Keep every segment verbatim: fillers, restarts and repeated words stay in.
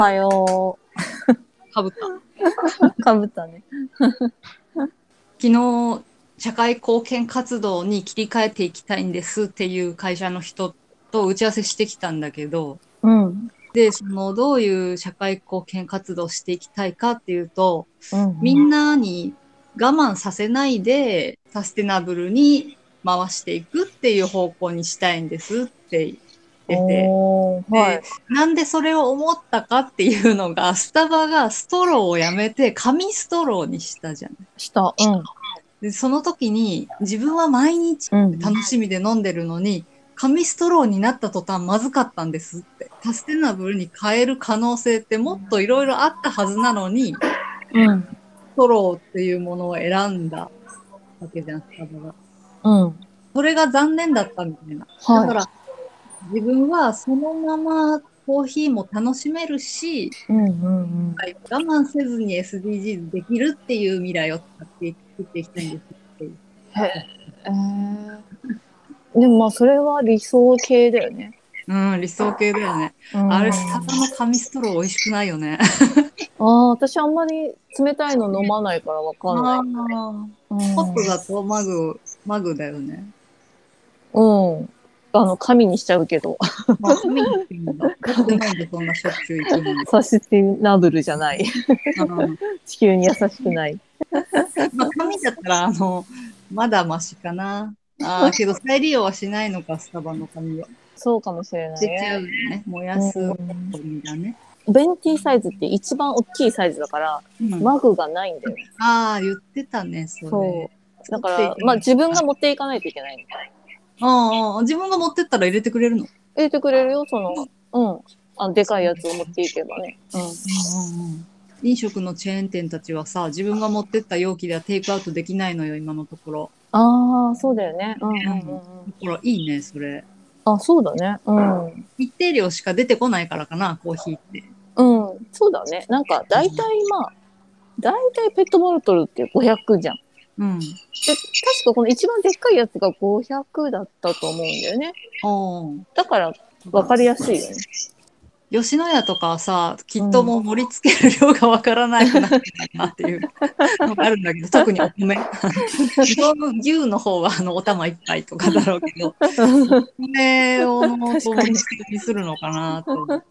おはよかぶっう。かぶったね。 た。昨日、社会貢献活動に切り替えていきたいんですっていう会社の人と打ち合わせしてきたんだけど、 うん。 で、その、どういう社会貢献活動をしていきたいかっていうと、 うん、 みんなに我慢させないで、サステナブルに回していくっていう方向にしたいんですって言ってて、 おー、はで、 い。 なんでそれを思ったかっていうのが、スタバがストローをやめて紙ストローにしたじゃん。 した。うん。 で、その時に自分は毎日うん。 楽しみで飲んでるのに、紙ストローになった途端まずかったんですって。サステナブルに変える可能性ってもっといろいろあったはずなのに、 うん。 ストローっていうものを選んだわけじゃん、スタバが。 うん。 それが残念だったみたいな。だはい。 から自分はそのままコーヒーも楽しめるし、 うん。うん。うん。 はい、我慢せずに エスディージーズ できるっていう未来を使って作っていきたいんですっていう。 へえー。でもまあ、それは理想系だよね。 うん、理想系だよね。 うん。 あれ、 あスタバの紙ストロー美味しくないよね。 あ、私あんまり冷たいの飲まないからわかんなあい。 あ、 うん。 ホットだとマグ、マグだよね。 うん。あの、紙にしちゃうけど。 まあ、紙にしていいんだ。ホット飲んでそんなしょっちゅう行くのに。 サスティナブルじゃない。 あー地球に優しくない。 まあ、紙だったら、あの、まだマシかな。ああ、けど再利用はしないのか、スタバの紙は。 そうかもしれない捨てちゃうね。 よね。燃やすゴうん。 ミだね。 ベンティサイズって一番大きいサイズだから、 うん。 マグがないんだよね。 ああ、言ってたね、それ。 そう。だか作っていら、まあかないと。 自分が持っていかないといけない。 ああ、自分が持ってったら入れてくれるの？ 入れてくれるよ、その、うん。あのでかいやつを持っていけばね。うん。 うんうんうん。飲食のチェーン店たちはさ、自分が持ってった容器ではテイクアウトできないのよ、今のところ。 ああ、そうだよね。うんうんうん。 うんうん。 だからいいね、それ。 あ、そうだね。うん。 一定量しか出てこないからかな、コーヒーって。 うん。そうだね。なんか、大体まあ、大体ペットボトルってごひゃくじゃん。 うん。 で、確かこの一番でっかいやつがごひゃくだったと思うんだよね。 おー。 だから、わかりやすいよね。 吉野家とかはさ、きっとうん。 もう盛り付ける量がわからなくなってないなっていうのがあるんだけど、特にお米。牛の方はあのお玉一杯とかだろうけど、お米をのこう確かに。 盛り付けにするのかなと思って。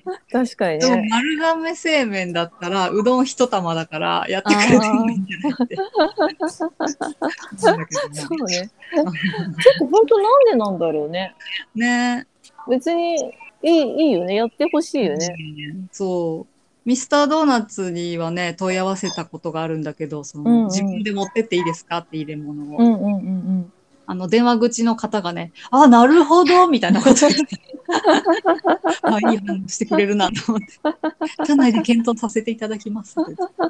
確かにでもね。 丸亀製麺だったら、うどん一玉だからやってくれてああ、 もいいんじゃないって思うんだけどな。 そうね。結構本当なんでなんだろうね。 ね。 別にいい、いいよね。やってほしいよね。 うんそう。ミスタードーナツにはね、問い合わせたことがあるんだけど、その、 うんうん。 自分で持ってっていいですかって入れ物を。 うんうんうんうん。 あの、電話口の方がね、あ、なるほどみたいなこと言って、あ、いい反応してくれるなと思って、社内で検討させていただきますって言って。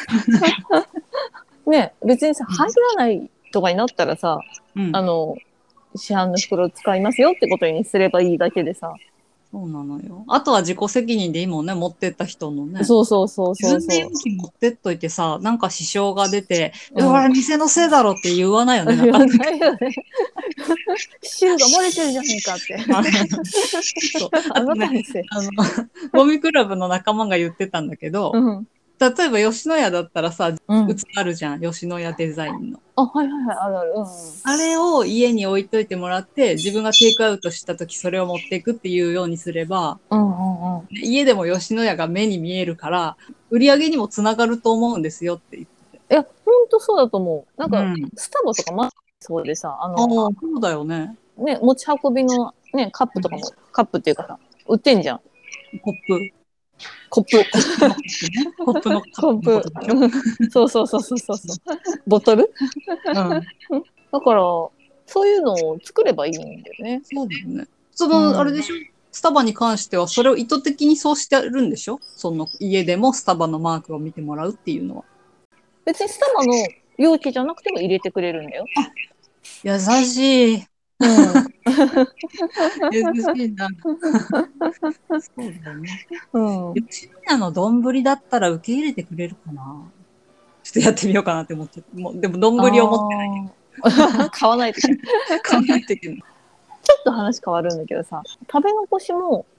ね、別にさ、入らないとかになったらさ、 うん。 あの、市販の袋使いますよってことにすればいいだけでさ。 そうなのよ。あとは自己責任でいいもんね、持ってった人のね。 そうそうそう自分でそうそ容器持ってっといてさ、なんか支障が出て、 う。 うわ、 うん。 店のせいだろって言わないよね、な言わかなか。 ないよね。汁が漏れてるじゃねえかって。 そう。 あなあとね、 たのせい。 あの、ゴミクラブの仲間が言ってたんだけど、 うん。 例えば吉野家だったらさ、 うん。 器あるじゃん、吉野家デザインの。 あ、はいはいはい、あるある。うん。 あれを家に置いといてもらって、自分がテイクアウトした時それを持っていくっていうようにすれば、 うんうんうん。 家でも吉野家が目に見えるから、売り上げにもつながると思うんですよって言って。 いや、ほんとそうだと思う。なんか、 うん。 スタバとかま、そうでさ、あああ、 の、 そうだよね。 ね、持ち運びのね、カップとかも、カップっていうかさ、売ってんじゃん。 コップ。 コップ。 コップのカッコップのことでしょ？ プ。そうそうそうそうそうそう。ボトルうん。 だから、そういうのを作ればいいんだよね。 そうだよね。そうんの、あれでしょ？スタバに関しては、それを意図的にそうしてるんでしょ？その、家でもスタバのマークを見てもらうっていうのは。 別にスタバの容器じゃなくても入れてくれるんだよ。 優しい。 うん。 優しいな。そうだよね。 うん。 吉野家の丼だったら受け入れてくれるかな。ちょっとやってみようかなって思って。もうでも丼を持ってない。 ああ。買わないといけない。 買わないといけない。 ちょっと話変わるんだけどさ、食べ残しも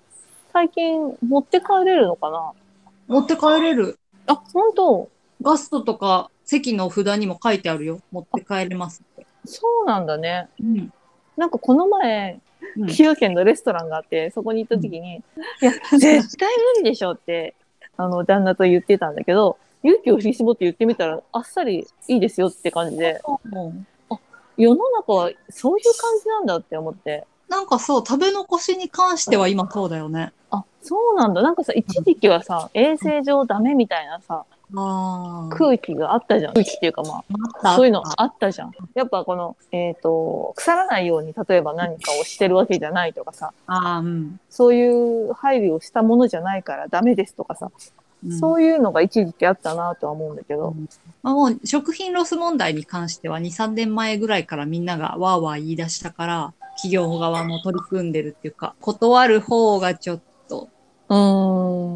最近持って帰れるのかな？ 持って帰れる。 あ、本当？ ガストとか席の札にも書いてあるよ。持って帰れますって。 そうなんだね。 うん。 なんかこの前、 うん、 崎陽軒のレストランがあって、そこに行った時に、うん、いや、絶対無理でしょって、あの、旦那と言ってたんだけど、勇気を振り絞って言ってみたら、あっさりいいですよって感じで、うん、あ、世の中はそういう感じなんだって思って。 なんかそう、食べ残しに関しては今そうだよね。 あ、そうなんだ。なんかさ、一時期はさ、衛生上ダメみたいなさ、 あ空気があったじゃん。空気っていうかまあ、そういうのあったじゃん。やっぱこの、えっと、腐らないように例えば何かをしてるわけじゃないとかさ、 あ、うん、 そういう配慮をしたものじゃないからダメですとかさ、うん、そういうのが一時期あったなとは思うんだけど。うん、 まあ、もう食品ロス問題に関してはに、さんねんまえぐらいからみんながわーわー言い出したから、企業側も取り組んでるっていうか、断る方がちょっと、うん。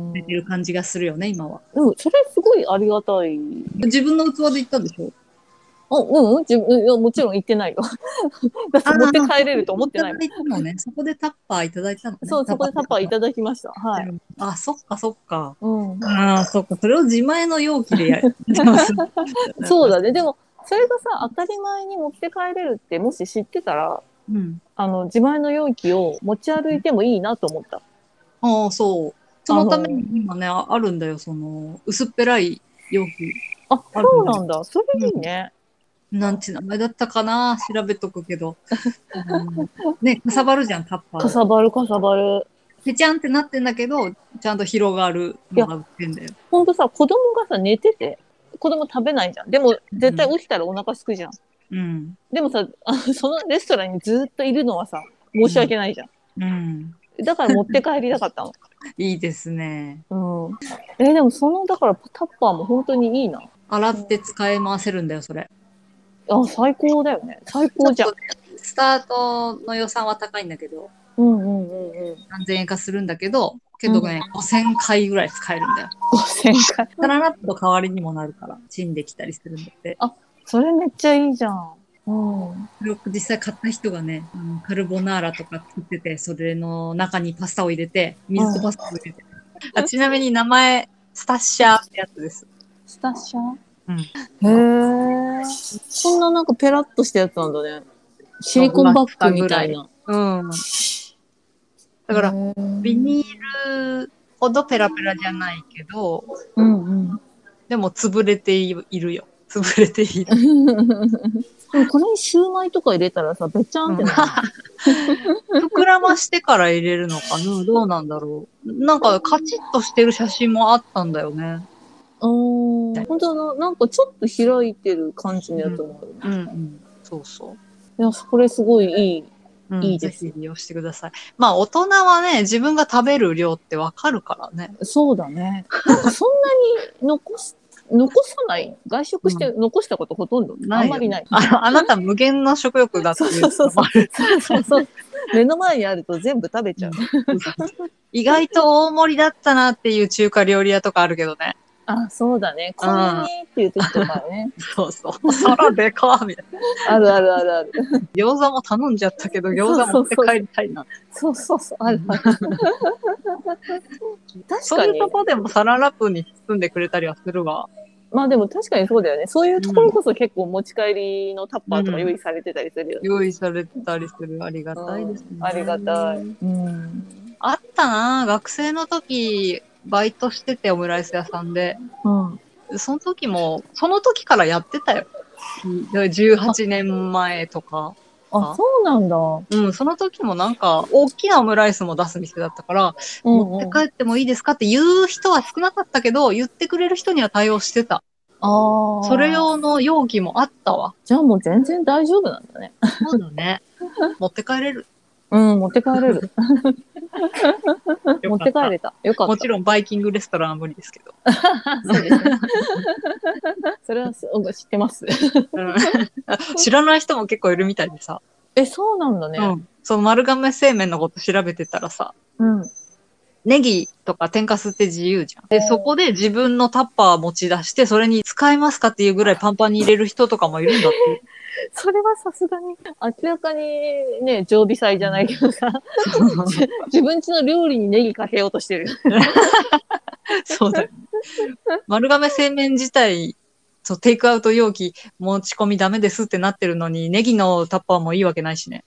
出てる感じがするよね、今は。 でも、それすごいありがたい。 自分の器で言ったんでしょ？ あ、うん、自分、いや、もちろん言ってないよ。だって持って帰れると思ってないもん。 いただいたのね。そこでタッパーいただいたのね。 そう、そこでタッパーいただきました。はい。 あ、そっかそっか。 うん。 ああ、そっか。それを自前の容器でやる。 そうだね。でも、それがさ、当たり前に持って帰れるって、もし知ってたら、うん、あの、自前の容器を持ち歩いてもいいなと思った。 ああ、そう。そのために今ね、あるんだよ。その、薄っぺらい容器。 あ、そうなんだ。それいいね。 うん、なんち名前だったかな、調べとくけど。うん、ね、かさばるじゃん、タッパー。 かさばる、かさばる。 ぺちゃんってなってんだけど、ちゃんと広がるのが売ってんだよ。 ほんとさ、子供がさ、寝てて、子供食べないじゃん。でも、絶対起きたらお腹すくじゃん。うん。でもさ、あそのレストランにずっといるのはさ、申し訳ないじゃん。うん。だから持って帰りたかったの。 いいですね。 うん。えー、でもその、だからタッパーも本当にいいな。 洗って使い回せるんだよ、それ。 あ、最高だよね。最高じゃん。 スタートの予算は高いんだけど、 うんうんうんうん。 何千円かするんだけど、けどね、うん、ごせんかいぐらい使えるんだよ。 ごせんかい。 サララップの代わりにもなるから、チンできたりするんだって。 あ、それめっちゃいいじゃん。うん。 それを実際買った人がね、あのカルボナーラとか作ってて、それの中にパスタを入れて、水とパスタを入れて。うん、あ、ちなみに名前、スタッシャーってやつです。 スタッシャー？うん。へえ。そんななんかペラッとしたやつなんだね。シリコンバッグみたいな。 うん。だから、ビニールほどペラペラじゃないけど、うんうん、でも潰れているよ。潰れている。 でもこれにシューマイとか入れたらさ、べちゃんってなる。膨らましてから入れるのかな？どうなんだろう。なんかカチッとしてる写真もあったんだよね。 あー、本当だ、なんかちょっと開いてる感じのやつもある、ね。 うん、うん、うん。そうそう。 いや、これすごいいい。うん、いいです。 ぜひ利用してください。まあ、大人はね、自分が食べる量ってわかるからね。 そうだね。なんかそんなに残す、残さない、外食して残したことほとんど、うん、あんまりない。 あ, あなた無限の食欲だっていう。そうそうそうそうそう。目の前にあると全部食べちゃう。 意外と大盛りだったなっていう中華料理屋とかあるけどね。 あ、そうだね。こんなにっていう時とかね。 そうそう。皿でかみたいな。 あるあるあるある。 餃子も頼んじゃったけど、餃子持って帰りたいな。 そうそうそう。あるある。確かに。 そういうとこでもサランラップに包んでくれたりはするわ。 まあでも確かにそうだよね。そういうところこそ結構持ち帰りのタッパーとか用意されてたりするよね。 うん、用意されてたりする。ありがたいですね。 ありがたい。うん。 あったな。学生の時、バイトしててオムライス屋さんで。うん。その時も、その時からやってたよ。じゅうはちねんまえとか。 あ、そうなんだ。 うん、その時もなんか、大きなオムライスも出す店だったから、うんうん、持って帰ってもいいですかって言う人は少なかったけど、言ってくれる人には対応してた。ああ。それ用の容器もあったわ。 じゃあもう全然大丈夫なんだね。 そうだね。持って帰れる。 うん、持って帰れる。持って帰れた。よかった。 もちろんバイキングレストランは無理ですけど。 そうですね。それは知ってます、 うん。知らない人も結構いるみたいでさ。 え、そうなんだね。うん。 その丸亀製麺のこと調べてたらさ。うん。ネギとか天かすって自由じゃん。で、そこで自分のタッパー持ち出して、それに使いますかっていうぐらいパンパンに入れる人とかもいるんだって。 それはさすがに、明らかにね、常備菜じゃないけどさ、自分家の料理にネギかけようとしてる。 そうだよね。丸亀製麺自体、そう、テイクアウト容器持ち込みダメですってなってるのに、ネギのタッパーもいいわけないしね。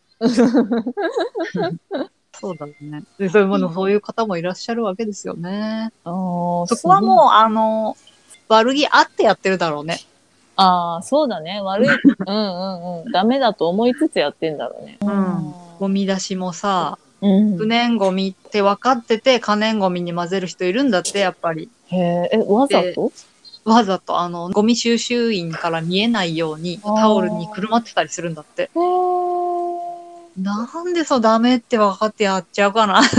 そうだね。で、そういうもの、そういう方もいらっしゃるわけですよね。 あそこはもう、あの、悪気あってやってるだろうね。 ああ、そうだね。悪い、うんうんうん。ダメだと思いつつやってんだろうね。 うん。ゴミ出しもさ、 うん。 不燃ゴミって分かってて、可燃ゴミに混ぜる人いるんだって、やっぱり。 へえ、え、わざとわざと、あの、ゴミ収集員から見えないように、タオルにくるまってたりするんだって。 へえ。 なんでそうダメって分かってやっちゃうかな。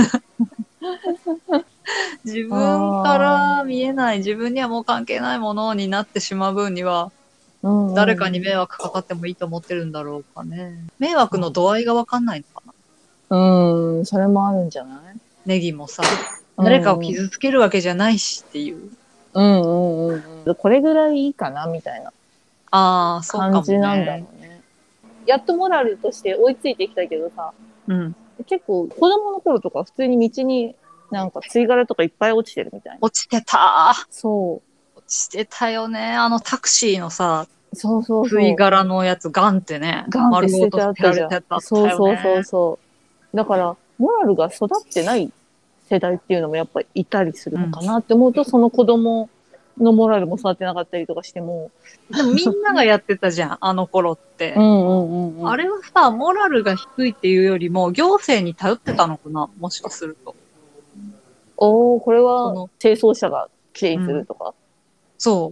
自分から見えない、自分にはもう関係ないものになってしまう分には、 うんうん、 誰かに迷惑かかってもいいと思ってるんだろうかね。迷惑の度合いが分かんないのかな。 うん、それもあるんじゃない？ ネギもさ、誰かを傷つけるわけじゃないしっていう。 うんうんうんうん。これぐらいいいかなみたいな感じなんだろうね。やっとモラルとして追いついてきたけどさ、 うん、 結構子供の頃とか普通に道になんか吸い殻とかいっぱい落ちてるみたいな。 落ちてた。 そう。 落ちてたよね。あのタクシーのさ、 そうそうそう。 吸い殻のやつガンってね。 ガンって捨ててあったじゃん。 丸ごと捨てられてたよね。 そうそうそうそう。だから、モラルが育ってない世代っていうのもやっぱりいたりするのかなって思うと、うん、その子供のモラルも育ってなかったりとかしても。 でもみんながやってたじゃん、あの頃って。 うんうんうんうん、 あれはさ、モラルが低いっていうよりも、行政に頼ってたのかな、もしかすると。 おお、これは清掃車がきれいにするとか、うん、 そう。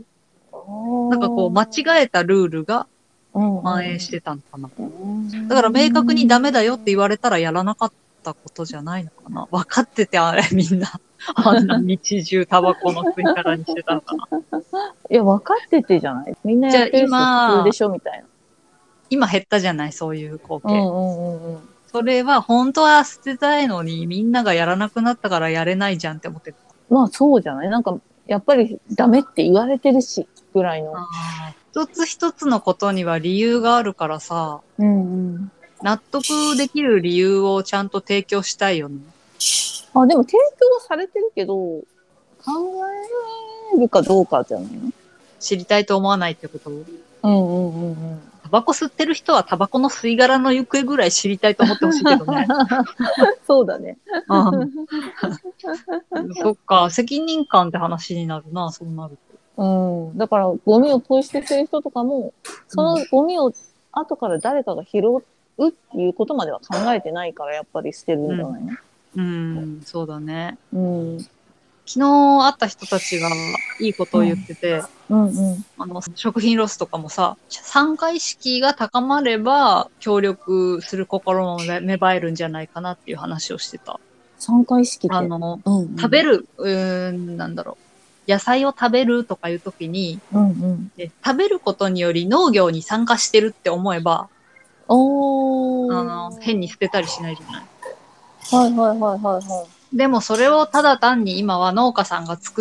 なんかこう、間違えたルールが蔓延してたのかな。うんうん、だから明確にダメだよって言われたらやらなかったことじゃないのかな。分かっててあれみんな。あんな日中タバコの吸い殻にしてたのかな。 いや、分かっててじゃない？みんなやってるし普通でしょみたいな。 今減ったじゃない、そういう光景。 うんうんうんうん、 それは本当は捨てたいのにみんながやらなくなったからやれないじゃんって思ってた。 まあそうじゃない？なんかやっぱりダメって言われてるしぐらいの。 一つ一つのことには理由があるからさ、うんうん、納得できる理由をちゃんと提供したいよね。 あ、でも提供されてるけど、考えるかどうかじゃないの？ 知りたいと思わないってこと？ うんうんうんうん。 タバコ吸ってる人はタバコの吸い殻の行方ぐらい知りたいと思ってほしいけどね。 そうだね。 そっか、責任感って話になるな、そうなると。うん。だから、ゴミをポイ捨てする人とかも、そのゴミを後から誰かが拾うっていうことまでは考えてないから、やっぱり捨てるんじゃないの？ うん、うん、そうだね。 うん。 昨日会った人たちがいいことを言ってて、 うんうんうん、 あの食品ロスとかもさ、参加意識が高まれば協力する心も芽生えるんじゃないかなっていう話をしてた。 参加意識ってあの、うんうん、食べる、うーん、なんだろう。野菜を食べるとかいうときに、うんうん、で、食べることにより農業に参加してるって思えば、おあの変に捨てたりしないじゃない。 はいはいはいはいはい。 でもそれをただ単に今は農家さんが作って、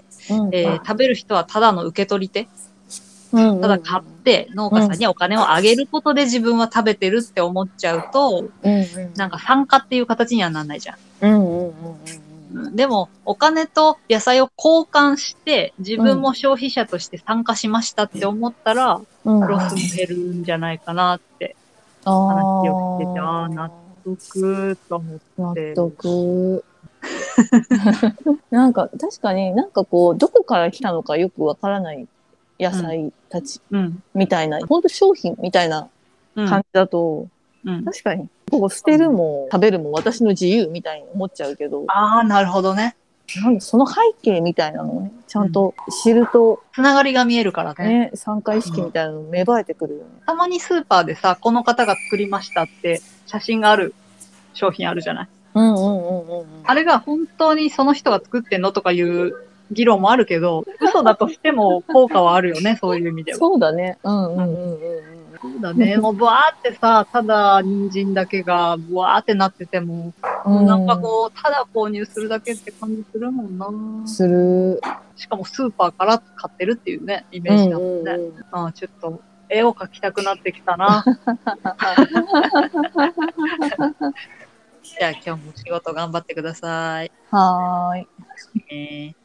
うん、えー、食べる人はただの受け取り手、うんうん、ただ買って農家さんにお金をあげることで自分は食べてるって思っちゃうと、うんうん、なんか参加っていう形にはならないじゃん。うんうんうんうん、でもお金と野菜を交換して自分も消費者として参加しましたって思ったら、うん、ロスも減るんじゃないかなって話をしてて、ああ、納得と思って。 納得。なんか確かになんかこうどこから来たのかよくわからない野菜たちみたいな、うん、本当商品みたいな感じだと、うん、確かにここ捨てるも食べるも私の自由みたいに思っちゃうけど、 ああなるほどね。 なんその背景みたいなのをねちゃんと知ると、 つながりが見えるからね。 ね、参加意識みたいなの芽生えてくるよね、 うん。たまにスーパーでさこの方が作りましたって写真がある商品あるじゃない。うんうんうんうん、あれが本当にその人が作ってんのとかいう議論もあるけど、嘘だとしても効果はあるよね、そういう意味では。 そうだね。うんうんうんうん。 そうだね。もうブワーってさ、ただ人参だけがブワーってなってても、うん、なんかこう、ただ購入するだけって感じするもんな。 する。 しかもスーパーから買ってるっていうね、イメージだもんね。うんうんうん、あちょっと絵を描きたくなってきたな。じゃあ今日も仕事頑張ってください。 はーい。 えー